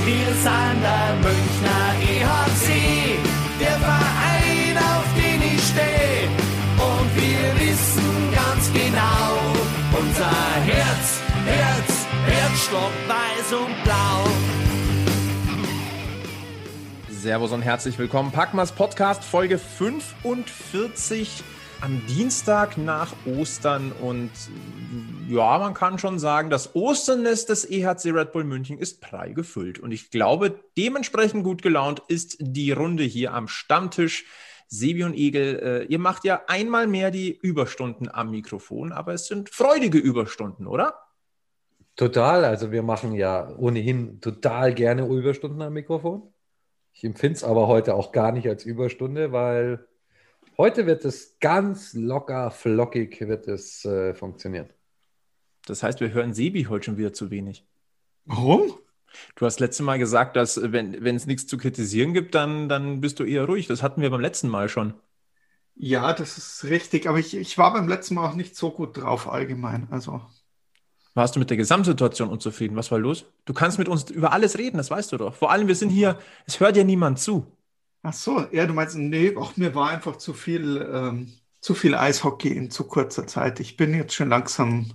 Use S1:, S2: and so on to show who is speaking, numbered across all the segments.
S1: Wir sind der Münchner EHC, der Verein, auf den ich stehe. Und wir wissen ganz genau, unser Herzstock weiß und blau.
S2: Servus und herzlich willkommen. Packmas Podcast Folge 45 am Dienstag nach Ostern. Und ja, man kann schon sagen, das Osternest des EHC Red Bull München ist prall gefüllt. Und ich glaube, dementsprechend gut gelaunt ist die Runde hier am Stammtisch. Sebi und Egel, ihr macht ja einmal mehr die Überstunden am Mikrofon, aber es sind freudige Überstunden, oder?
S3: Total, also wir machen ja ohnehin total gerne Überstunden am Mikrofon. Ich empfinde es aber heute auch gar nicht als Überstunde, weil heute wird es ganz locker, flockig wird es funktionieren.
S2: Das heißt, wir hören Sebi heute schon wieder zu wenig.
S4: Warum?
S2: Du hast letztes Mal gesagt, dass wenn es nichts zu kritisieren gibt, dann bist du eher ruhig. Das hatten wir beim letzten Mal schon.
S4: Ja, das ist richtig, aber ich war beim letzten Mal auch nicht so gut drauf allgemein. Also.
S2: Warst du mit der Gesamtsituation unzufrieden? Was war los? Du kannst mit uns über alles reden, das weißt du doch. Vor allem, wir sind hier, es hört ja niemand zu.
S4: Ach so, ja, du meinst, nee, auch mir war einfach zu viel Eishockey in zu kurzer Zeit. Ich bin jetzt schon langsam.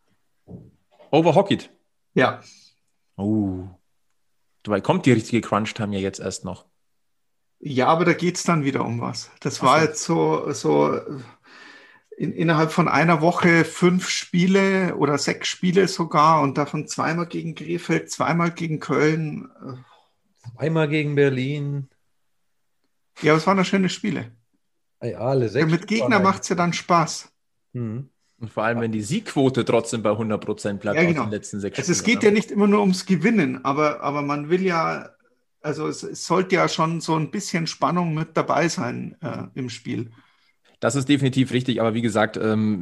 S2: Overhockeyed?
S4: Ja.
S2: Oh. Dabei kommt die richtige Crunch-Time ja jetzt erst noch.
S4: Ja, aber da geht es dann wieder um was. Das war jetzt so innerhalb von einer Woche 5 Spiele oder 6 Spiele sogar und davon zweimal gegen Krefeld, zweimal gegen Köln.
S3: Zweimal gegen Berlin.
S4: Ja, aber es waren ja schöne Spiele.
S3: Ja, alle 6.
S4: Ja, mit Gegner macht es ja dann Spaß.
S3: Mhm.
S2: Und vor allem, wenn die Siegquote trotzdem bei 100% bleibt
S4: Ja, genau.
S2: aus den letzten 6
S4: Also es
S2: Spielen.
S4: geht ja nicht immer nur ums Gewinnen, aber man will ja, also es sollte ja schon so ein bisschen Spannung mit dabei sein im Spiel.
S2: Das ist definitiv richtig, aber wie gesagt,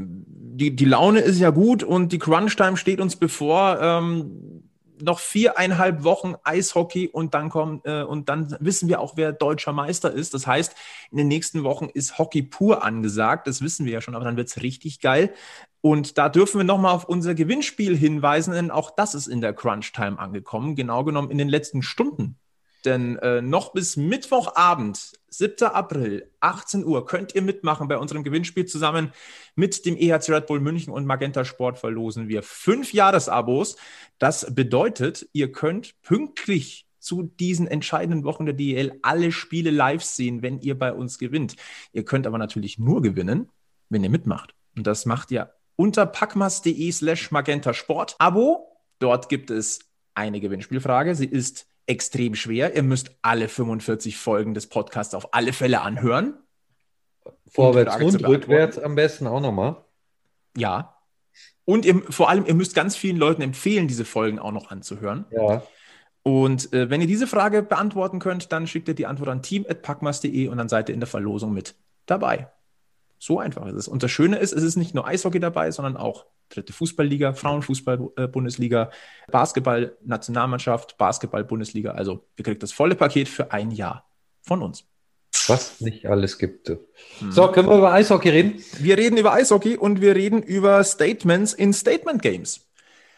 S2: die Laune ist ja gut und die Crunch-Time steht uns bevor. Noch 4,5 Wochen Eishockey und dann wissen wir auch, wer deutscher Meister ist. Das heißt, in den nächsten Wochen ist Hockey pur angesagt. Das wissen wir ja schon, aber dann wird es richtig geil. Und da dürfen wir nochmal auf unser Gewinnspiel hinweisen, denn auch das ist in der Crunch-Time angekommen, genau genommen in den letzten Stunden. Denn noch bis Mittwochabend, 7. April, 18 Uhr, könnt ihr mitmachen bei unserem Gewinnspiel. Zusammen mit dem EHC Red Bull München und Magenta Sport verlosen wir 5 Jahresabos. Das bedeutet, ihr könnt pünktlich zu diesen entscheidenden Wochen der DEL alle Spiele live sehen, wenn ihr bei uns gewinnt. Ihr könnt aber natürlich nur gewinnen, wenn ihr mitmacht. Und das macht ihr unter packmas.de/magentasport. Abo, dort gibt es eine Gewinnspielfrage. Sie ist extrem schwer. Ihr müsst alle 45 Folgen des Podcasts auf alle Fälle anhören.
S3: Vorwärts und rückwärts am besten auch nochmal.
S2: Ja. Und vor allem, ihr müsst ganz vielen Leuten empfehlen, diese Folgen auch noch anzuhören.
S3: Ja.
S2: Und wenn ihr diese Frage beantworten könnt, dann schickt ihr die Antwort an team@packmas.de und dann seid ihr in der Verlosung mit dabei. So einfach ist es. Und das Schöne ist, es ist nicht nur Eishockey dabei, sondern auch dritte Fußballliga, Frauenfußball-Bundesliga, Basketball-Nationalmannschaft, Basketball-Bundesliga. Also ihr kriegt das volle Paket für ein Jahr von uns.
S3: Was nicht alles gibt. So, können wir über Eishockey reden?
S2: Wir reden über Eishockey und wir reden über Statements in Statement Games.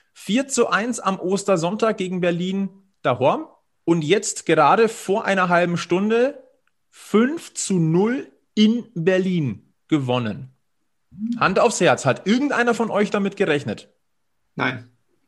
S2: 4:1 am Ostersonntag gegen Berlin daheim. Und jetzt gerade vor einer halben Stunde 5:0 in Berlin gewonnen. Hand aufs Herz, hat irgendeiner von euch damit gerechnet?
S4: Nein.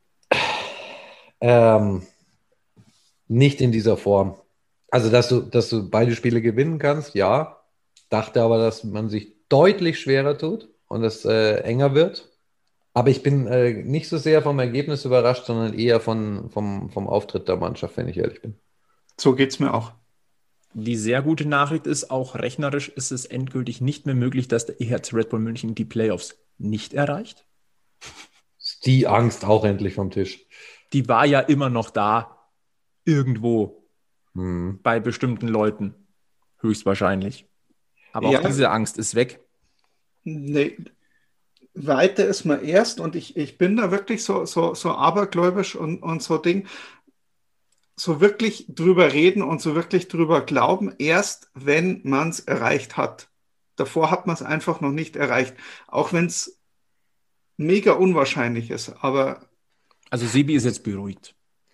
S3: Nicht in dieser Form. Also, dass du beide Spiele gewinnen kannst, ja. Dachte aber, dass man sich deutlich schwerer tut und es enger wird. Aber ich bin nicht so sehr vom Ergebnis überrascht, sondern eher vom Auftritt der Mannschaft, wenn ich ehrlich bin.
S4: So geht es mir auch.
S2: Die sehr gute Nachricht ist, auch rechnerisch ist es endgültig nicht mehr möglich, dass der EHC Red Bull München die Playoffs nicht erreicht.
S3: Ist die Angst auch endlich vom Tisch?
S2: Die war ja immer noch da, irgendwo, bei bestimmten Leuten, höchstwahrscheinlich. Aber auch diese Angst ist weg.
S4: Nee, weiter ist man erst und ich bin da wirklich so abergläubisch und so Ding. So wirklich drüber reden und so wirklich drüber glauben, erst wenn man es erreicht hat. Davor hat man es einfach noch nicht erreicht. Auch wenn es mega unwahrscheinlich ist. Aber
S2: also Sebi ist jetzt beruhigt.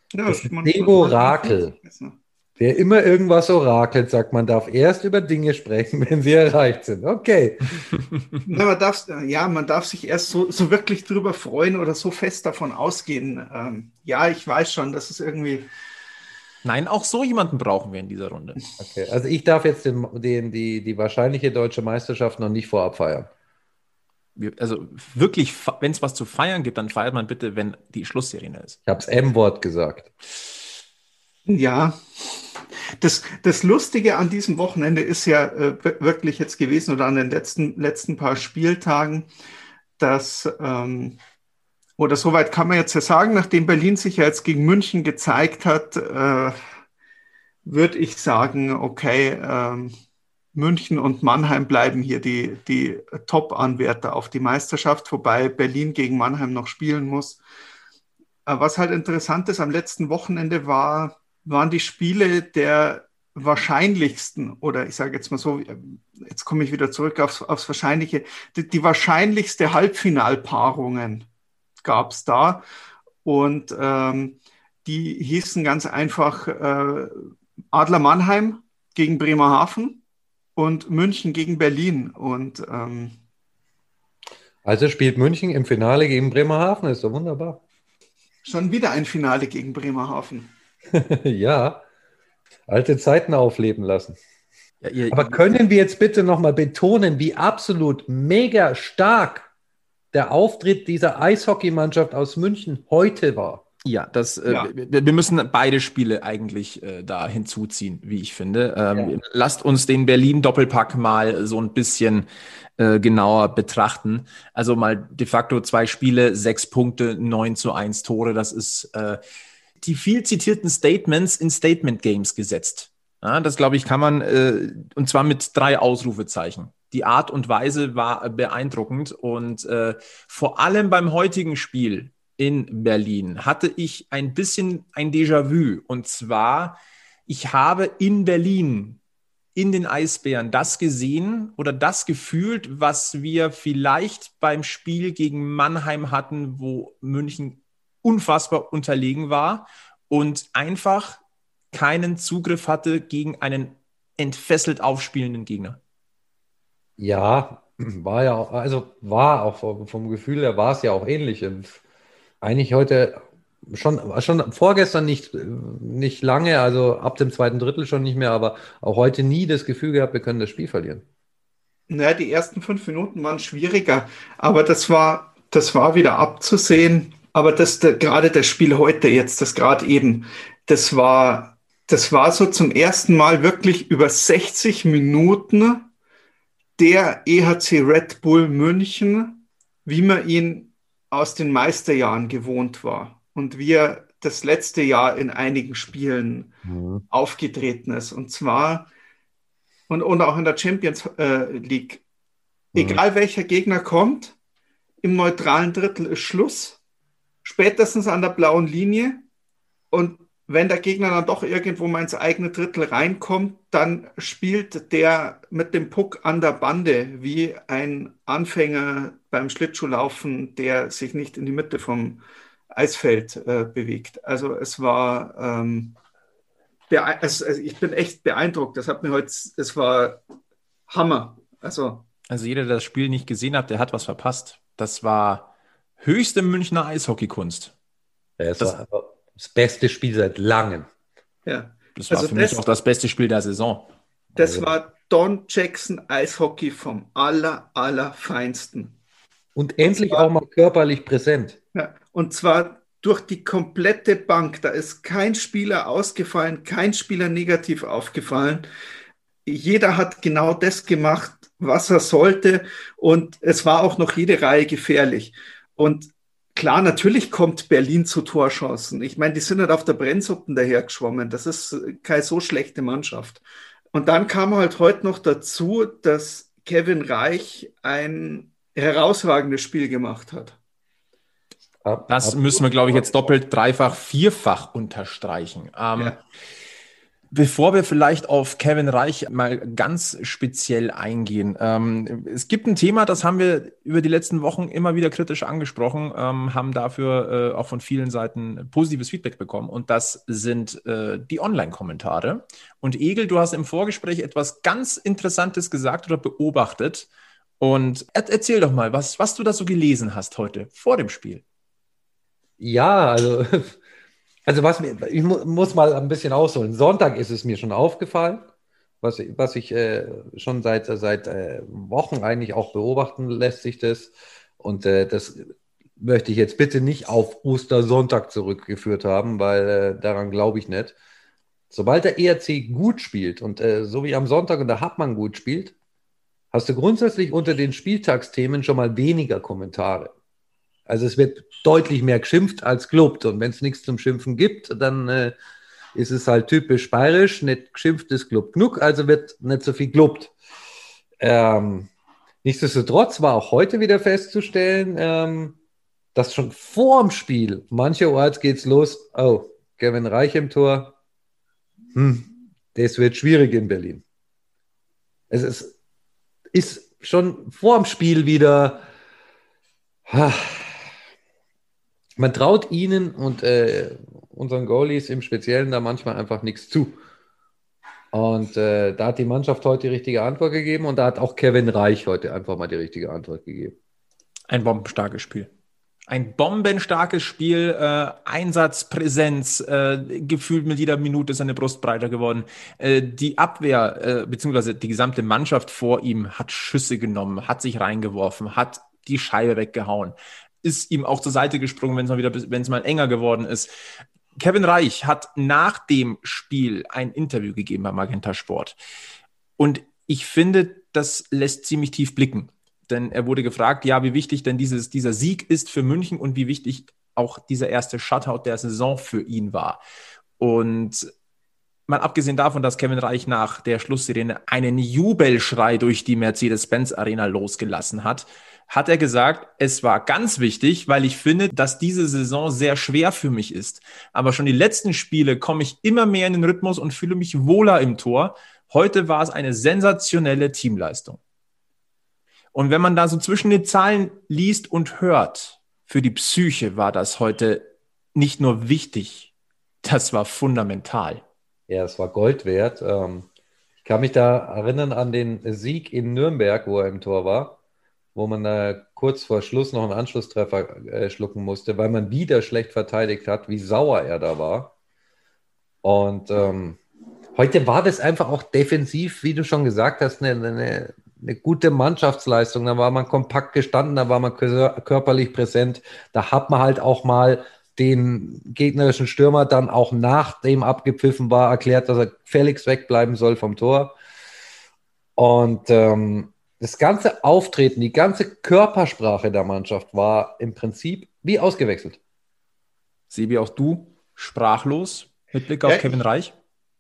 S4: Ja,
S3: Das ist
S4: man-
S3: Debo
S4: man-
S3: Rakel, der immer irgendwas orakelt, sagt, man darf erst über Dinge sprechen, wenn sie erreicht sind. Okay.
S4: Na, man darf sich erst so wirklich drüber freuen oder so fest davon ausgehen. Ja, ich weiß schon, das ist irgendwie.
S2: Nein, auch so jemanden brauchen wir in dieser Runde.
S3: Okay. Also ich darf jetzt die wahrscheinliche deutsche Meisterschaft noch nicht vorab feiern.
S2: Also wirklich, wenn es was zu feiern gibt, dann feiert man bitte, wenn die Schlusssirene ist.
S3: Ich habe das M-Wort gesagt.
S4: Ja, das Lustige an diesem Wochenende ist ja wirklich jetzt gewesen oder an den letzten paar Spieltagen, dass, oder soweit kann man jetzt ja sagen, nachdem Berlin sich ja jetzt gegen München gezeigt hat, würde ich sagen, okay, München und Mannheim bleiben hier die Top-Anwärter auf die Meisterschaft, wobei Berlin gegen Mannheim noch spielen muss. Was halt interessant ist, am letzten Wochenende waren die Spiele der wahrscheinlichsten, oder ich sage jetzt mal so, jetzt komme ich wieder zurück aufs Wahrscheinliche, die wahrscheinlichste Halbfinalpaarungen gab es da. Und die hießen ganz einfach Adler Mannheim gegen Bremerhaven und München gegen Berlin. Und
S3: Also spielt München im Finale gegen Bremerhaven, ist doch wunderbar.
S4: schon wieder ein Finale gegen Bremerhaven.
S3: Ja, alte Zeiten aufleben lassen.
S2: Ja,
S3: Aber können wir jetzt bitte nochmal betonen, wie absolut mega stark der Auftritt dieser Eishockeymannschaft aus München heute war?
S2: Ja,
S4: Ja.
S2: wir müssen beide Spiele eigentlich da hinzuziehen, wie ich finde.
S3: Ja.
S2: Lasst uns den Berlin-Doppelpack mal so ein bisschen genauer betrachten. Also mal de facto 2 Spiele, 6 Punkte, 9:1 Tore. Das ist die viel zitierten Statements in Statement Games gesetzt. Ja, das, glaube ich, kann man, und zwar mit 3 Ausrufezeichen. Die Art und Weise war beeindruckend und vor allem beim heutigen Spiel in Berlin hatte ich ein bisschen ein Déjà-vu. Und zwar, ich habe in Berlin, in den Eisbären, das gesehen oder das gefühlt, was wir vielleicht beim Spiel gegen Mannheim hatten, wo München unfassbar unterlegen war und einfach keinen Zugriff hatte gegen einen entfesselt aufspielenden Gegner.
S3: Ja, war auch vom Gefühl her war es ja auch ähnlich. Und eigentlich heute schon vorgestern nicht lange, also ab dem zweiten Drittel schon nicht mehr, aber auch heute nie das Gefühl gehabt, wir können das Spiel verlieren.
S4: Naja, die ersten 5 Minuten waren schwieriger, aber das war wieder abzusehen. Aber gerade das Spiel heute jetzt, das gerade eben, das war so zum ersten Mal wirklich über 60 Minuten der EHC Red Bull München, wie man ihn aus den Meisterjahren gewohnt war und wie er das letzte Jahr in einigen Spielen aufgetreten ist. Und zwar und auch in der Champions League. Egal welcher Gegner kommt, im neutralen Drittel ist Schluss, spätestens an der blauen Linie. Und wenn der Gegner dann doch irgendwo mal ins eigene Drittel reinkommt, dann spielt der mit dem Puck an der Bande wie ein Anfänger beim Schlittschuhlaufen, der sich nicht in die Mitte vom Eisfeld bewegt. Also es war, also ich bin echt beeindruckt. Es war Hammer. Also
S2: jeder, der das Spiel nicht gesehen hat, der hat was verpasst. Das war höchste Münchner Eishockeykunst.
S3: Es war das beste Spiel seit langem.
S4: ja.
S2: Das war für mich auch das beste Spiel der Saison.
S4: Das war Don Jackson Eishockey vom allerfeinsten.
S3: Und endlich auch mal körperlich präsent.
S4: Ja, und zwar durch die komplette Bank. Da ist kein Spieler ausgefallen, kein Spieler negativ aufgefallen. Jeder hat genau das gemacht, was er sollte. Und es war auch noch jede Reihe gefährlich. Und klar, natürlich kommt Berlin zu Torchancen. Ich meine, die sind halt auf der Brennsuppen dahergeschwommen. Das ist keine so schlechte Mannschaft. Und dann kam halt heute noch dazu, dass Kevin Reich ein herausragendes Spiel gemacht hat.
S2: Das müssen wir, glaube ich, jetzt doppelt, dreifach, vierfach unterstreichen.
S4: Ja.
S2: Bevor wir vielleicht auf Kevin Reich mal ganz speziell eingehen. Es gibt ein Thema, das haben wir über die letzten Wochen immer wieder kritisch angesprochen, haben dafür auch von vielen Seiten positives Feedback bekommen. Und das sind die Online-Kommentare. Und Egel, du hast im Vorgespräch etwas ganz Interessantes gesagt oder beobachtet. Und erzähl doch mal, was du da so gelesen hast heute vor dem Spiel.
S3: Ja, also ich muss mal ein bisschen ausholen. Sonntag ist es mir schon aufgefallen, was ich schon seit Wochen eigentlich auch beobachten lässt sich das. Und das möchte ich jetzt bitte nicht auf Ostersonntag zurückgeführt haben, weil daran glaube ich nicht. Sobald der ERC gut spielt und so wie am Sonntag und der Hartmann gut spielt, hast du grundsätzlich unter den Spieltagsthemen schon mal weniger Kommentare. Also es wird deutlich mehr geschimpft als gelobt. Und wenn es nichts zum Schimpfen gibt, dann ist es halt typisch bayerisch, nicht geschimpft ist gelobt genug, also wird nicht so viel gelobt. Nichtsdestotrotz war auch heute wieder festzustellen, dass schon vor dem Spiel mancherorts geht's los, oh, Kevin Reich im Tor, das wird schwierig in Berlin. Es ist schon vor dem Spiel wieder... Man traut ihnen und unseren Goalies im Speziellen da manchmal einfach nichts zu. Und da hat die Mannschaft heute die richtige Antwort gegeben und da hat auch Kevin Reich heute einfach mal die richtige Antwort gegeben.
S2: Ein bombenstarkes Spiel. Ein bombenstarkes Spiel, Einsatz, Präsenz, gefühlt mit jeder Minute ist seine Brust breiter geworden. Die Abwehr, beziehungsweise die gesamte Mannschaft vor ihm hat Schüsse genommen, hat sich reingeworfen, hat die Scheibe weggehauen. Ist ihm auch zur Seite gesprungen, wenn es mal enger geworden ist. Kevin Reich hat nach dem Spiel ein Interview gegeben bei Magenta Sport. Und ich finde, das lässt ziemlich tief blicken. Denn er wurde gefragt, ja, wie wichtig denn dieser Sieg ist für München und wie wichtig auch dieser erste Shutout der Saison für ihn war. Und mal abgesehen davon, dass Kevin Reich nach der Schlusssirene einen Jubelschrei durch die Mercedes-Benz-Arena losgelassen hat er gesagt, es war ganz wichtig, weil ich finde, dass diese Saison sehr schwer für mich ist. Aber schon die letzten Spiele komme ich immer mehr in den Rhythmus und fühle mich wohler im Tor. Heute war es eine sensationelle Teamleistung. Und wenn man da so zwischen den Zahlen liest und hört, für die Psyche war das heute nicht nur wichtig, das war fundamental.
S3: Ja, es war Gold wert. Ich kann mich da erinnern an den Sieg in Nürnberg, wo er im Tor war, wo man kurz vor Schluss noch einen Anschlusstreffer schlucken musste, weil man wieder schlecht verteidigt hat, wie sauer er da war. Und heute war das einfach auch defensiv, wie du schon gesagt hast, eine gute Mannschaftsleistung. Da war man kompakt gestanden, da war man körperlich präsent. Da hat man halt auch mal den gegnerischen Stürmer dann auch nachdem abgepfiffen war, erklärt, dass er gefälligst wegbleiben soll vom Tor. Und das ganze Auftreten, die ganze Körpersprache der Mannschaft war im Prinzip wie ausgewechselt.
S2: Sebi, auch du sprachlos mit Blick auf Kevin Reich?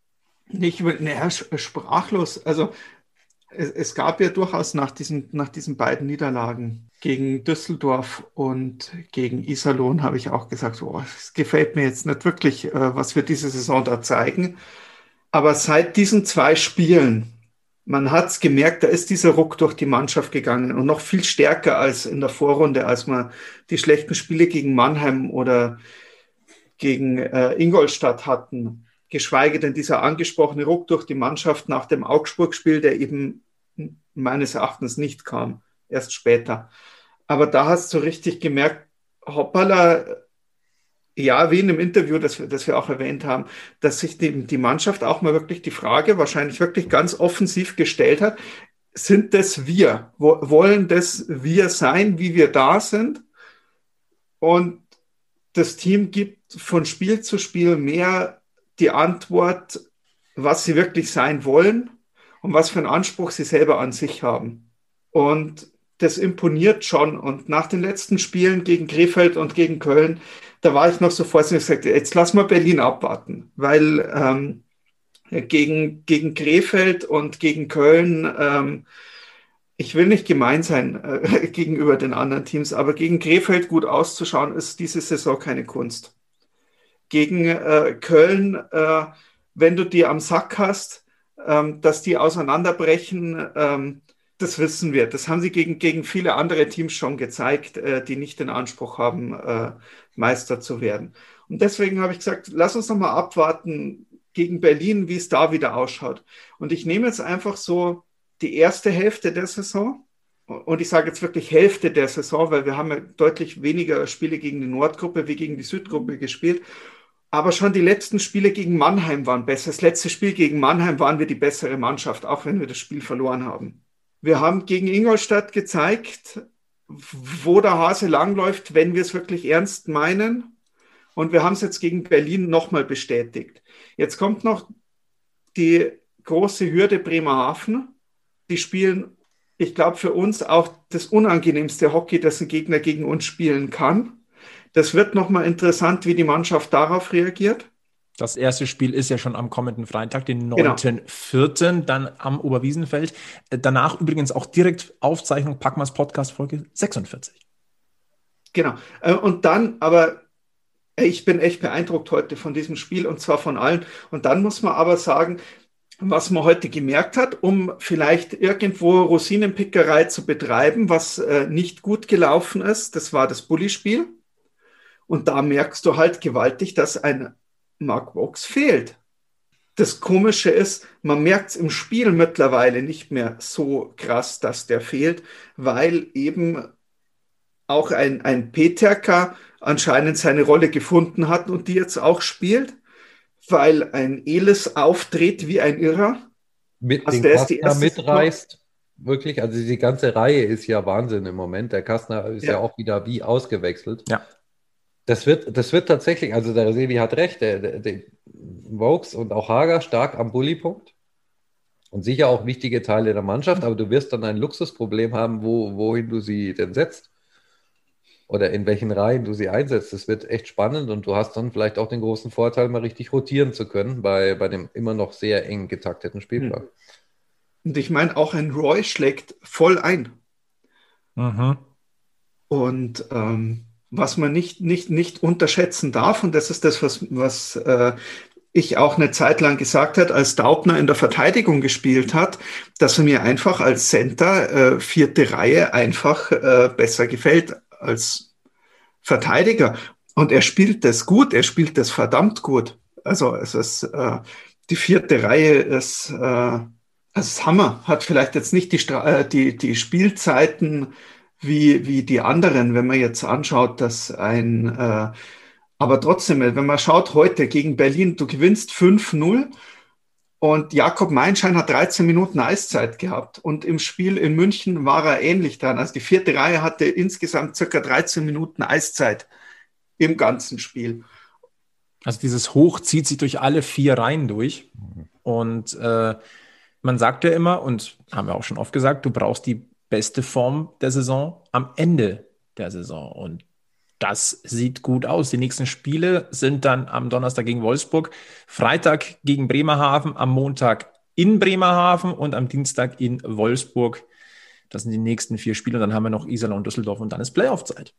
S4: Sprachlos. Also es gab ja durchaus nach diesen beiden Niederlagen gegen Düsseldorf und gegen Iserlohn, habe ich auch gesagt, es gefällt mir jetzt nicht wirklich, was wir diese Saison da zeigen. Aber seit diesen 2 Spielen, man hat es gemerkt, da ist dieser Ruck durch die Mannschaft gegangen und noch viel stärker als in der Vorrunde, als man die schlechten Spiele gegen Mannheim oder gegen Ingolstadt hatten. Geschweige denn dieser angesprochene Ruck durch die Mannschaft nach dem Augsburg-Spiel, der eben meines Erachtens nicht kam, erst später. Aber da hast du richtig gemerkt, hoppala, ja, wie in dem Interview, das wir auch erwähnt haben, dass sich die Mannschaft auch mal wirklich die Frage wahrscheinlich wirklich ganz offensiv gestellt hat, sind das wir? Wollen das wir sein, wie wir da sind? Und das Team gibt von Spiel zu Spiel mehr die Antwort, was sie wirklich sein wollen und was für einen Anspruch sie selber an sich haben. Und das imponiert schon. Und nach den letzten Spielen gegen Krefeld und gegen Köln, da war ich noch so vorsichtig und gesagt, jetzt lassen wir Berlin abwarten, weil gegen Krefeld und gegen Köln, ich will nicht gemein sein gegenüber den anderen Teams, aber gegen Krefeld gut auszuschauen, ist diese Saison keine Kunst. Gegen Köln wenn du die am Sack hast, dass die auseinanderbrechen, das wissen wir. Das haben sie gegen viele andere Teams schon gezeigt, die nicht den Anspruch haben, Meister zu werden. Und deswegen habe ich gesagt, lass uns noch mal abwarten gegen Berlin, wie es da wieder ausschaut. Und ich nehme jetzt einfach so die erste Hälfte der Saison. Und ich sage jetzt wirklich Hälfte der Saison, weil wir haben ja deutlich weniger Spiele gegen die Nordgruppe wie gegen die Südgruppe gespielt. Aber schon die letzten Spiele gegen Mannheim waren besser. Das letzte Spiel gegen Mannheim waren wir die bessere Mannschaft, auch wenn wir das Spiel verloren haben. Wir haben gegen Ingolstadt gezeigt, wo der Hase langläuft, wenn wir es wirklich ernst meinen. Und wir haben es jetzt gegen Berlin nochmal bestätigt. Jetzt kommt noch die große Hürde Bremerhaven. Die spielen, ich glaube, für uns auch das unangenehmste Hockey, das ein Gegner gegen uns spielen kann. Das wird nochmal interessant, wie die Mannschaft darauf reagiert.
S2: Das erste Spiel ist ja schon am kommenden Freitag, den 9.4., dann am Oberwiesenfeld. Danach übrigens auch direkt Aufzeichnung Packmas Podcast Folge 46.
S4: Genau. Und dann, aber ich bin echt beeindruckt heute von diesem Spiel und zwar von allen. Und dann muss man aber sagen, was man heute gemerkt hat, um vielleicht irgendwo Rosinenpickerei zu betreiben, was nicht gut gelaufen ist, das war das Bulli-Spiel. Und da merkst du halt gewaltig, dass ein Mark Vokes fehlt. Das Komische ist, man merkt es im Spiel mittlerweile nicht mehr so krass, dass der fehlt, weil eben auch ein Peterka anscheinend seine Rolle gefunden hat und die jetzt auch spielt, weil ein Elis auftritt wie ein Irrer.
S3: Mit
S4: also
S3: den
S4: der ist die
S3: Kastner
S4: erste
S3: mitreißt. Wirklich, also die ganze Reihe ist ja Wahnsinn im Moment. Der Kastner ist ja auch wieder wie ausgewechselt.
S2: Ja.
S3: Das wird tatsächlich, also der Sevi hat recht, der Vokes und auch Hager stark am Bulli-Punkt und sicher auch wichtige Teile der Mannschaft, aber du wirst dann ein Luxusproblem haben, wohin du sie denn setzt oder in welchen Reihen du sie einsetzt. Das wird echt spannend und du hast dann vielleicht auch den großen Vorteil, mal richtig rotieren zu können bei dem immer noch sehr eng getakteten Spielplan.
S4: Und ich meine, auch ein Roy schlägt voll ein.
S2: Mhm.
S4: Und was man nicht unterschätzen darf, und das ist das, was ich auch eine Zeit lang gesagt habe, als Daubner in der Verteidigung gespielt hat, dass er mir einfach als Center, vierte Reihe, einfach besser gefällt als Verteidiger. Und er spielt das gut, er spielt das verdammt gut. Also es ist die vierte Reihe ist Hammer, hat vielleicht jetzt nicht die Spielzeiten wie die anderen, wenn man jetzt anschaut, dass aber trotzdem, wenn man schaut, heute gegen Berlin, du gewinnst 5-0 und Jakob Meinschein hat 13 Minuten Eiszeit gehabt und im Spiel in München war er ähnlich dran. Also die vierte Reihe hatte insgesamt circa 13 Minuten Eiszeit im ganzen Spiel.
S2: Also dieses Hoch zieht sich durch alle 4 Reihen durch und man sagt ja immer, und haben wir auch schon oft gesagt, du brauchst die beste Form der Saison am Ende der Saison. Und das sieht gut aus. Die nächsten Spiele sind dann am Donnerstag gegen Wolfsburg, Freitag gegen Bremerhaven, am Montag in Bremerhaven und am Dienstag in Wolfsburg. Das sind die nächsten 4 Spiele. Und dann haben wir noch Iserlohn und Düsseldorf und dann ist Playoff-Zeit.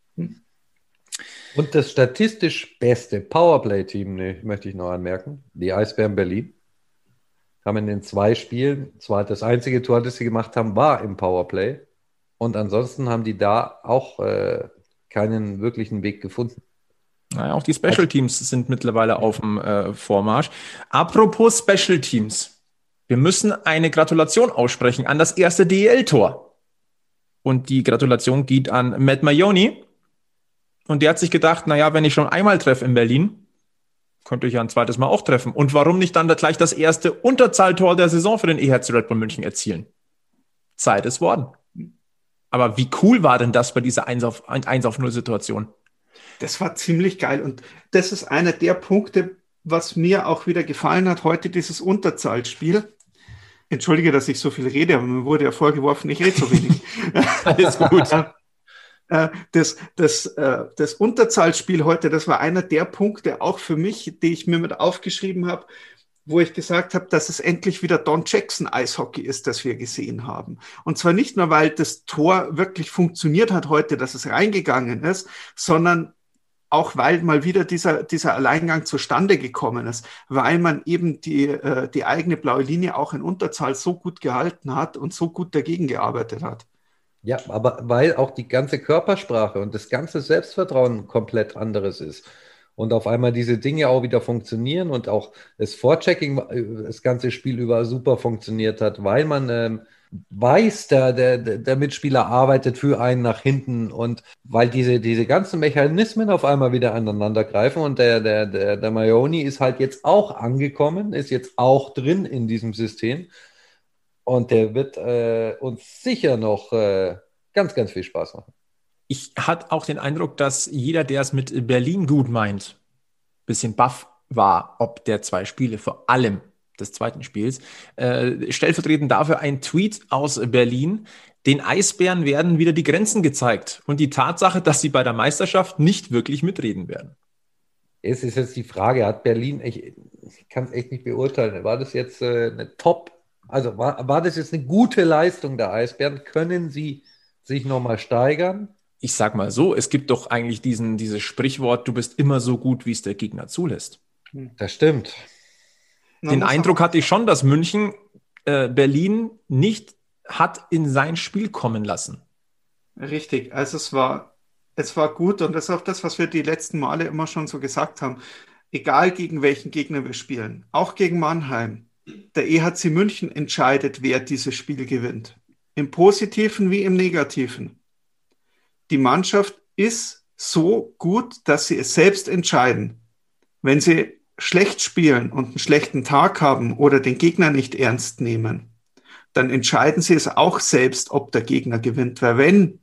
S3: Und das statistisch beste Powerplay-Team, möchte ich noch anmerken, die Eisbären Berlin, haben in den 2 Spielen, zwar das einzige Tor, das sie gemacht haben, war im Powerplay. Und ansonsten haben die da auch keinen wirklichen Weg gefunden.
S2: Naja, auch die Special Teams sind mittlerweile auf dem Vormarsch. Apropos Special Teams. Wir müssen eine Gratulation aussprechen an das erste DEL-Tor. Und die Gratulation geht an Matt Maioni. Und der hat sich gedacht, naja, wenn ich schon einmal treffe in Berlin, könnte ich ja ein zweites Mal auch treffen. Und warum nicht dann gleich das erste Unterzahltor der Saison für den EHC Red Bull München erzielen? Zeit ist worden. Aber wie cool war denn das bei dieser 1-auf-0-Situation?
S4: Das war ziemlich geil. Und das ist einer der Punkte, was mir auch wieder gefallen hat, heute dieses Unterzahlspiel. Entschuldige, dass ich so viel rede, aber mir wurde ja vorgeworfen, ich rede so wenig.
S2: Alles gut.
S4: Das Unterzahlspiel heute, das war einer der Punkte auch für mich, die ich mir mit aufgeschrieben habe, wo ich gesagt habe, dass es endlich wieder Don Jackson Eishockey ist, das wir gesehen haben. Und zwar nicht nur, weil das Tor wirklich funktioniert hat heute, dass es reingegangen ist, sondern auch weil mal wieder dieser Alleingang zustande gekommen ist, weil man eben die eigene blaue Linie auch in Unterzahl so gut gehalten hat und so gut dagegen gearbeitet hat.
S3: Ja, aber weil auch die ganze Körpersprache und das ganze Selbstvertrauen komplett anderes ist. Und auf einmal diese Dinge auch wieder funktionieren und auch das Vorchecking das ganze Spiel über super funktioniert hat, weil man weiß, der Mitspieler arbeitet für einen nach hinten und weil diese ganzen Mechanismen auf einmal wieder aneinander greifen und der Maioni ist halt jetzt auch angekommen, ist jetzt auch drin in diesem System und der wird uns sicher noch ganz, ganz viel Spaß machen.
S2: Ich hatte auch den Eindruck, dass jeder, der es mit Berlin gut meint, ein bisschen baff war, ob der 2 Spiele, vor allem des zweiten Spiels. Stellvertretend dafür ein Tweet aus Berlin. Den Eisbären werden wieder die Grenzen gezeigt und die Tatsache, dass sie bei der Meisterschaft nicht wirklich mitreden werden.
S3: Es ist jetzt die Frage, hat Berlin, ich kann es echt nicht beurteilen, war das jetzt eine Top, also war das jetzt eine gute Leistung der Eisbären? Können sie sich nochmal steigern?
S2: Ich sag mal so, es gibt doch eigentlich dieses Sprichwort, du bist immer so gut, wie es der Gegner zulässt.
S3: Das stimmt.
S2: Den Eindruck hatte ich schon, dass München Berlin nicht hat in sein Spiel kommen lassen.
S4: Richtig, also es war gut und das ist auch das, was wir die letzten Male immer schon so gesagt haben. Egal gegen welchen Gegner wir spielen, auch gegen Mannheim, der EHC München entscheidet, wer dieses Spiel gewinnt. Im Positiven wie im Negativen. Die Mannschaft ist so gut, dass sie es selbst entscheiden. Wenn sie schlecht spielen und einen schlechten Tag haben oder den Gegner nicht ernst nehmen, dann entscheiden sie es auch selbst, ob der Gegner gewinnt. Weil wenn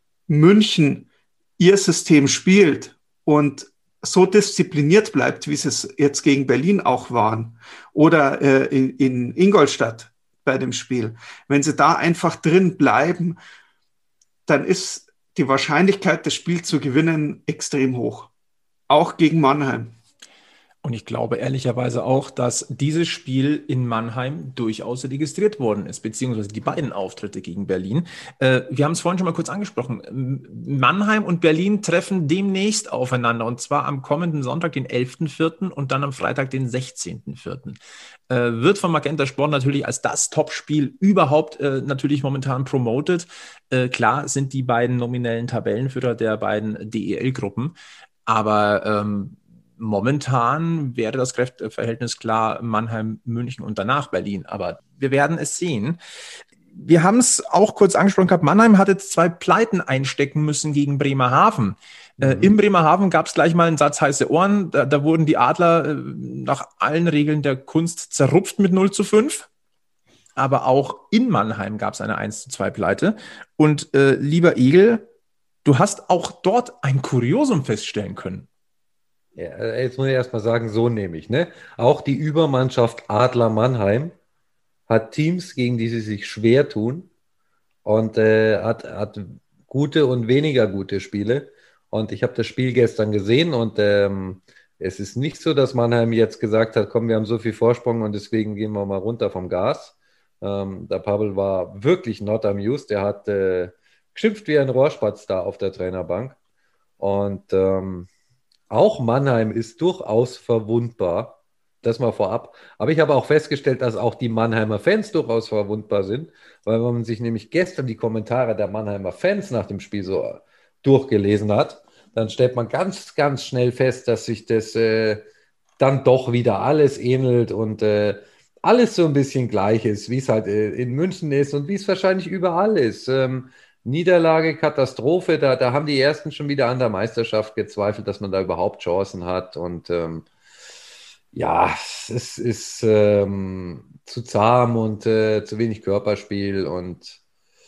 S4: München ihr System spielt und so diszipliniert bleibt, wie sie es jetzt gegen Berlin auch waren oder in Ingolstadt bei dem Spiel, wenn sie da einfach drin bleiben, dann ist die Wahrscheinlichkeit, das Spiel zu gewinnen, extrem hoch. Auch gegen Mannheim.
S2: Und ich glaube ehrlicherweise auch, dass dieses Spiel in Mannheim durchaus registriert worden ist, beziehungsweise die beiden Auftritte gegen Berlin. Wir haben es vorhin schon mal kurz angesprochen. Mannheim und Berlin treffen demnächst aufeinander, und zwar am kommenden Sonntag, den 11.04. und dann am Freitag, den 16.04. Wird von Magenta Sport natürlich als das Topspiel überhaupt natürlich momentan promotet. Klar sind die beiden nominellen Tabellenführer der beiden DEL-Gruppen, aber momentan wäre das Kräfteverhältnis klar Mannheim, München und danach Berlin. Aber wir werden es sehen. Wir haben es auch kurz angesprochen gehabt, Mannheim hat jetzt 2 Pleiten einstecken müssen gegen Bremerhaven. In Bremerhaven gab es gleich mal einen Satz heiße Ohren. Da wurden die Adler nach allen Regeln der Kunst zerrupft mit 0:5. Aber auch in Mannheim gab es eine 1:2 Pleite. Und lieber Egel, du hast auch dort ein Kuriosum feststellen können.
S3: Ja, jetzt muss ich erstmal sagen, so nehme ich. Ne? Auch die Übermannschaft Adler Mannheim hat Teams, gegen die sie sich schwer tun und hat gute und weniger gute Spiele. Und ich habe das Spiel gestern gesehen und es ist nicht so, dass Mannheim jetzt gesagt hat, komm, wir haben so viel Vorsprung und deswegen gehen wir mal runter vom Gas. Der Pavel war wirklich not amused. Der hat geschimpft wie ein Rohrspatz da auf der Trainerbank. Und auch Mannheim ist durchaus verwundbar, das mal vorab. Aber ich habe auch festgestellt, dass auch die Mannheimer Fans durchaus verwundbar sind, weil wenn man sich nämlich gestern die Kommentare der Mannheimer Fans nach dem Spiel so durchgelesen hat, dann stellt man ganz, ganz schnell fest, dass sich das dann doch wieder alles ähnelt und alles so ein bisschen gleich ist, wie es halt in München ist und wie es wahrscheinlich überall ist. Niederlage, Katastrophe, da haben die Ersten schon wieder an der Meisterschaft gezweifelt, dass man da überhaupt Chancen hat. Und ja, es ist zu zahm und zu wenig Körperspiel. Und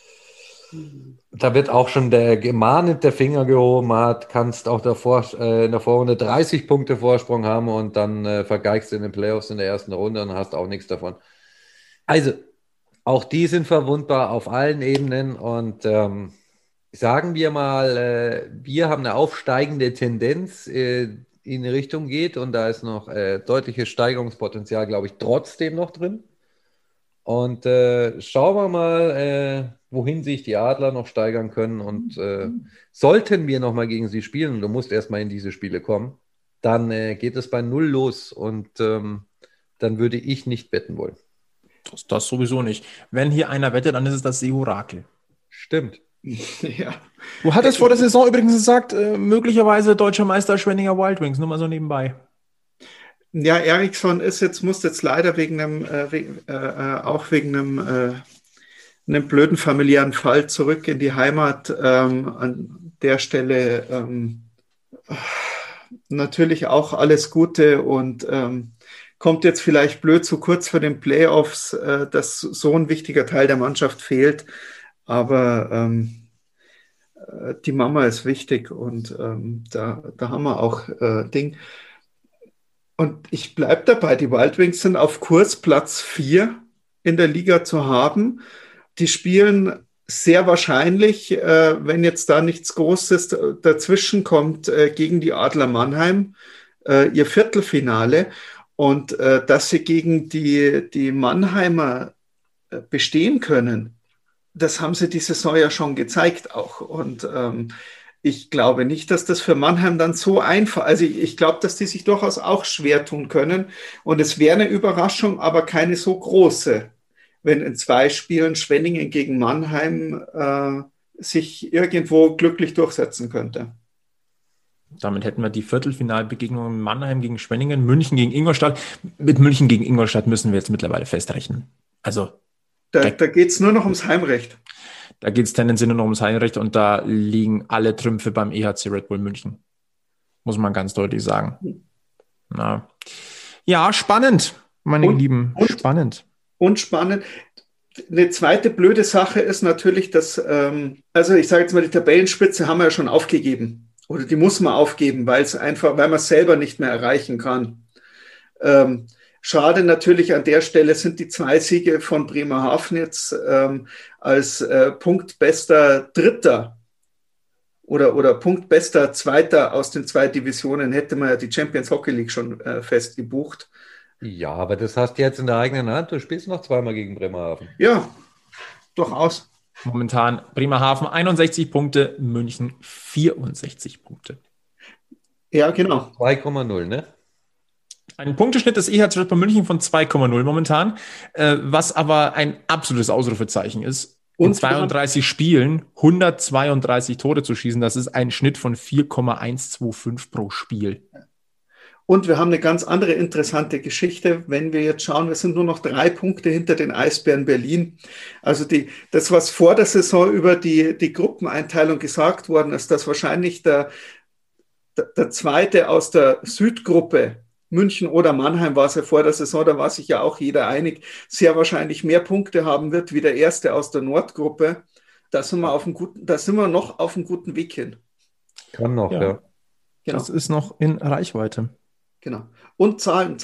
S3: da wird auch schon der gemahnte Finger gehoben, kannst auch in der Vorrunde 30 Punkte Vorsprung haben und dann vergeigst du in den Playoffs in der ersten Runde und hast auch nichts davon. Also, auch die sind verwundbar auf allen Ebenen und sagen wir mal, wir haben eine aufsteigende Tendenz in eine Richtung geht und da ist noch deutliches Steigerungspotenzial, glaube ich, trotzdem noch drin. Und schauen wir mal, wohin sich die Adler noch steigern können. Und sollten wir nochmal gegen sie spielen, du musst erstmal in diese Spiele kommen, dann geht es bei 0 los. Und dann würde ich nicht wetten wollen.
S2: Das sowieso nicht. Wenn hier einer wettet, dann ist es das Seehorakel.
S3: Stimmt.
S4: Ja.
S2: Du hattest vor der Saison übrigens gesagt, möglicherweise deutscher Meister Schwenninger Wild Wings, nur mal so nebenbei.
S4: Ja, Eriksson muss jetzt leider auch wegen einem blöden familiären Fall zurück in die Heimat. An der Stelle natürlich auch alles Gute und kommt jetzt vielleicht blöd zu kurz für den Playoffs, dass so ein wichtiger Teil der Mannschaft fehlt. Aber die Mama ist wichtig und da haben wir auch Ding. Und ich bleibe dabei, die Wild Wings sind auf Kurs, Platz 4 in der Liga zu haben. Die spielen sehr wahrscheinlich, wenn jetzt da nichts Großes dazwischen kommt, gegen die Adler Mannheim, ihr Viertelfinale. Und dass sie gegen die Mannheimer bestehen können, das haben sie die Saison ja schon gezeigt auch. Und ich glaube nicht, dass das für Mannheim dann so einfach, also ich glaube, dass die sich durchaus auch schwer tun können. Und es wäre eine Überraschung, aber keine so große, wenn in 2 Spielen Schwenningen gegen Mannheim sich irgendwo glücklich durchsetzen könnte.
S2: Damit hätten wir die Viertelfinalbegegnungen Mannheim gegen Schwenningen, München gegen Ingolstadt. Mit München gegen Ingolstadt müssen wir jetzt mittlerweile festrechnen. Also
S4: da geht es nur noch ums Heimrecht.
S2: Da geht es tendenziell nur noch ums Heimrecht und da liegen alle Trümpfe beim EHC Red Bull München. Muss man ganz deutlich sagen. Na. Ja, spannend, meine Lieben. Spannend.
S4: Und spannend. Eine zweite blöde Sache ist natürlich, dass, also ich sage jetzt mal, die Tabellenspitze haben wir ja schon aufgegeben. Oder die muss man aufgeben, weil man es selber nicht mehr erreichen kann. Schade natürlich an der Stelle sind die 2 Siege von Bremerhaven jetzt als punktbester Dritter oder punktbester Zweiter aus den 2 Divisionen hätte man ja die Champions Hockey League schon fest gebucht.
S3: Ja, aber das hast du jetzt in der eigenen Hand. Du spielst noch 2-mal gegen Bremerhaven.
S4: Ja, durchaus.
S2: Momentan Bremerhaven 61 Punkte, München 64 Punkte.
S4: Ja, genau.
S3: 2,0, ne?
S2: Ein Punkteschnitt des EHC Red Bull München von 2,0 momentan, was aber ein absolutes Ausrufezeichen ist. In 32 Spielen 132 Tore zu schießen, das ist ein Schnitt von 4,125 pro Spiel.
S4: Und wir haben eine ganz andere interessante Geschichte, wenn wir jetzt schauen, wir sind nur noch 3 Punkte hinter den Eisbären Berlin. Also das, was vor der Saison über die Gruppeneinteilung gesagt worden ist, dass wahrscheinlich der Zweite aus der Südgruppe, München oder Mannheim war es ja vor der Saison, da war sich ja auch jeder einig, sehr wahrscheinlich mehr Punkte haben wird wie der Erste aus der Nordgruppe. Da sind wir noch auf einem guten Weg hin.
S3: Kann noch, ja.
S2: Genau. Das ist noch in Reichweite.
S4: Genau. Und Zahlen.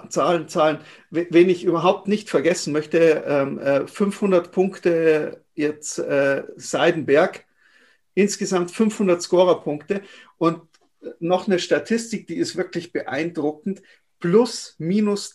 S4: Wen ich überhaupt nicht vergessen möchte, 500 Punkte jetzt Seidenberg, insgesamt 500 Scorerpunkte und noch eine Statistik, die ist wirklich beeindruckend, plus minus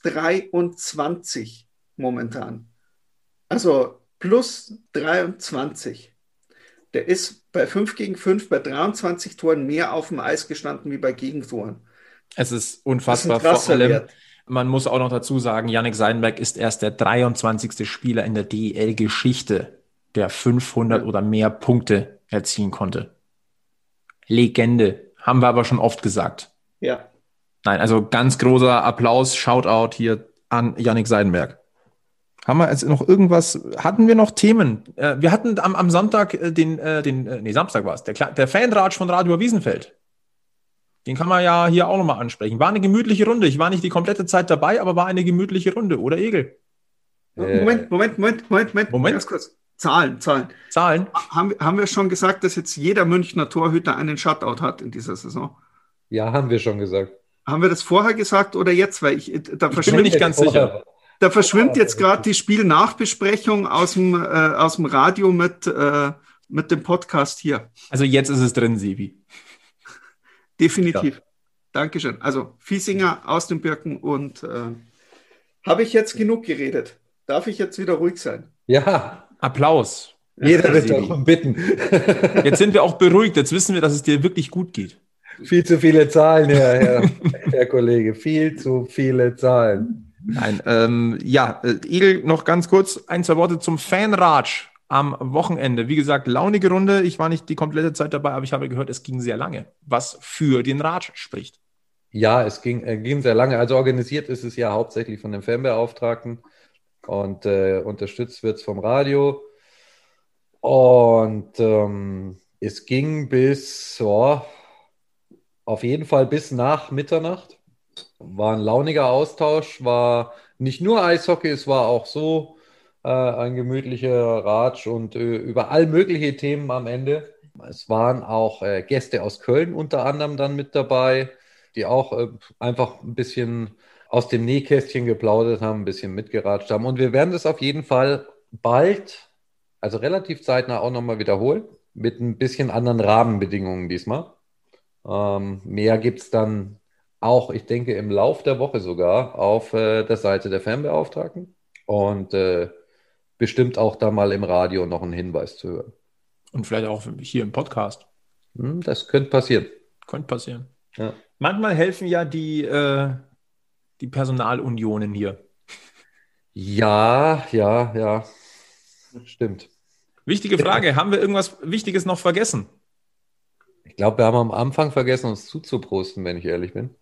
S4: 23 momentan. Also plus 23. Der ist bei 5 gegen 5 bei 23 Toren mehr auf dem Eis gestanden wie bei Gegentoren.
S2: Es ist unfassbar.
S4: Das ist ein krasser
S2: vor allem,
S4: Wert.
S2: Man muss auch noch dazu sagen, Jannik Seidenberg ist erst der 23. Spieler in der DEL-Geschichte, der 500 oder mehr Punkte erzielen konnte. Legende. Haben wir aber schon oft gesagt.
S4: Ja.
S2: Nein, also ganz großer Applaus, Shoutout hier an Jannik Seidenberg. Haben wir jetzt noch irgendwas, hatten wir noch Themen? Wir hatten am Sonntag Samstag war es, der Fanratsch von Radio Wiesenfeld. Den kann man ja hier auch nochmal ansprechen. War eine gemütliche Runde. Ich war nicht die komplette Zeit dabei, aber war eine gemütliche Runde, oder Egel?
S4: Moment. Ganz kurz. Zahlen. Haben wir schon gesagt, dass jetzt jeder Münchner Torhüter einen Shutout hat in dieser Saison?
S3: Ja, haben wir schon gesagt.
S4: Haben wir das vorher gesagt oder jetzt? Weil ich
S2: bin mir nicht ganz sicher.
S4: Da verschwimmt jetzt gerade die Spielnachbesprechung aus dem Radio mit dem Podcast hier.
S2: Also jetzt ist es drin, Sebi.
S4: Definitiv.
S2: Ja.
S4: Dankeschön. Also Fiesinger aus den Birken und habe ich jetzt genug geredet? Darf ich jetzt wieder ruhig sein?
S3: Ja,
S2: Applaus.
S3: jeder wird
S2: Sebi.
S3: darum bitten.
S2: Jetzt sind wir auch beruhigt. Jetzt wissen wir, dass es dir wirklich gut geht.
S3: Viel zu viele Zahlen, Herr Kollege. Viel zu viele Zahlen.
S2: Nein, Egel, noch ganz kurz 1-2 Worte zum Fanratsch am Wochenende. Wie gesagt, launige Runde. Ich war nicht die komplette Zeit dabei, aber ich habe gehört, es ging sehr lange, was für den Ratsch spricht.
S3: Ja, es ging sehr lange. Also organisiert ist es ja hauptsächlich von den Fanbeauftragten und unterstützt wird es vom Radio. Und es ging auf jeden Fall bis nach Mitternacht. War ein launiger Austausch, war nicht nur Eishockey, es war auch so ein gemütlicher Ratsch und über all mögliche Themen am Ende. Es waren auch Gäste aus Köln unter anderem dann mit dabei, die auch einfach ein bisschen aus dem Nähkästchen geplaudert haben, ein bisschen mitgeratscht haben. Und wir werden das auf jeden Fall bald, also relativ zeitnah auch nochmal wiederholen, mit ein bisschen anderen Rahmenbedingungen diesmal. Mehr gibt es dann auch, ich denke, im Lauf der Woche sogar auf der Seite der Fanbeauftragten und bestimmt auch da mal im Radio noch einen Hinweis zu hören.
S2: Und vielleicht auch hier im Podcast.
S3: Das könnte passieren.
S2: Könnte passieren.
S3: Ja.
S2: Manchmal helfen ja die Personalunionen hier.
S3: Ja. Stimmt.
S2: Wichtige Frage, haben wir irgendwas Wichtiges noch vergessen?
S3: Ich glaube, wir haben am Anfang vergessen, uns zuzuprosten, wenn ich ehrlich bin.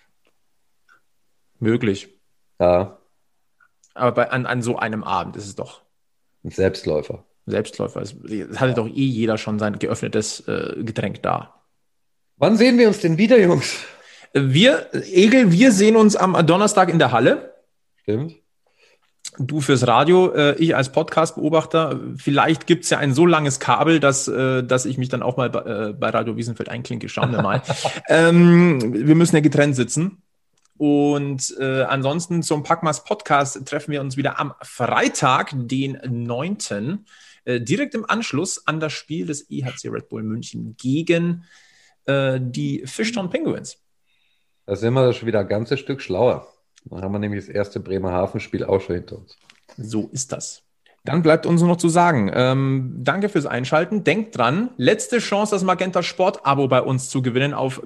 S2: Möglich.
S3: Ja,
S2: Aber an so einem Abend ist es doch
S3: ein Selbstläufer.
S2: Selbstläufer. Es hatte doch jeder schon sein geöffnetes Getränk da.
S3: Wann sehen wir uns denn wieder, Jungs?
S2: Wir sehen uns am Donnerstag in der Halle.
S3: Stimmt.
S2: Du fürs Radio, ich als Podcast-Beobachter. Vielleicht gibt es ja ein so langes Kabel, dass ich mich dann auch mal bei Radio Wiesenfeld einklinke. Schauen wir mal. Wir müssen ja getrennt sitzen. Und ansonsten zum Packmas Podcast treffen wir uns wieder am Freitag, den 9. Direkt im Anschluss an das Spiel des EHC Red Bull München gegen die Fishtown Penguins.
S3: Da sind wir schon wieder ein ganzes Stück schlauer. Dann haben wir nämlich das erste Bremerhaven-Spiel auch schon hinter uns.
S2: So ist das. Dann bleibt uns nur noch zu sagen, danke fürs Einschalten. Denkt dran, letzte Chance, das Magenta Sport-Abo bei uns zu gewinnen auf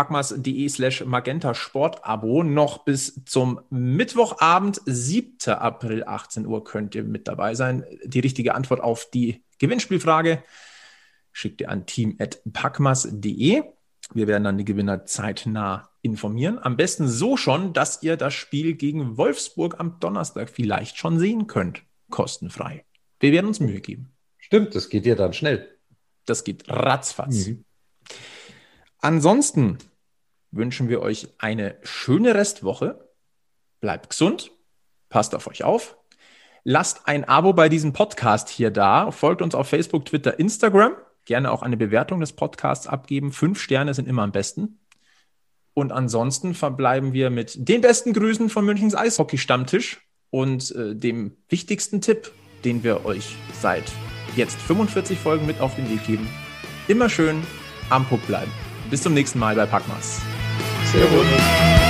S2: www.packmas.de/magenta-Sport-Abo. Noch bis zum Mittwochabend, 7. April, 18 Uhr könnt ihr mit dabei sein. Die richtige Antwort auf die Gewinnspielfrage schickt ihr an team@packmas.de. Wir werden dann die Gewinner zeitnah informieren. Am besten so schon, dass ihr das Spiel gegen Wolfsburg am Donnerstag vielleicht schon sehen könnt. Kostenfrei. Wir werden uns Mühe geben.
S3: Stimmt, das geht ja dann schnell.
S2: Das geht ratzfatz. Ansonsten wünschen wir euch eine schöne Restwoche. Bleibt gesund. Passt auf euch auf. Lasst ein Abo bei diesem Podcast hier da. Folgt uns auf Facebook, Twitter, Instagram. Gerne auch eine Bewertung des Podcasts abgeben. 5 Sterne sind immer am besten. Und ansonsten verbleiben wir mit den besten Grüßen von Münchens Eishockey-Stammtisch und dem wichtigsten Tipp, den wir euch seit jetzt 45 Folgen mit auf den Weg geben. Immer schön am Puck bleiben. Bis zum nächsten Mal bei Packmas.
S3: Servus.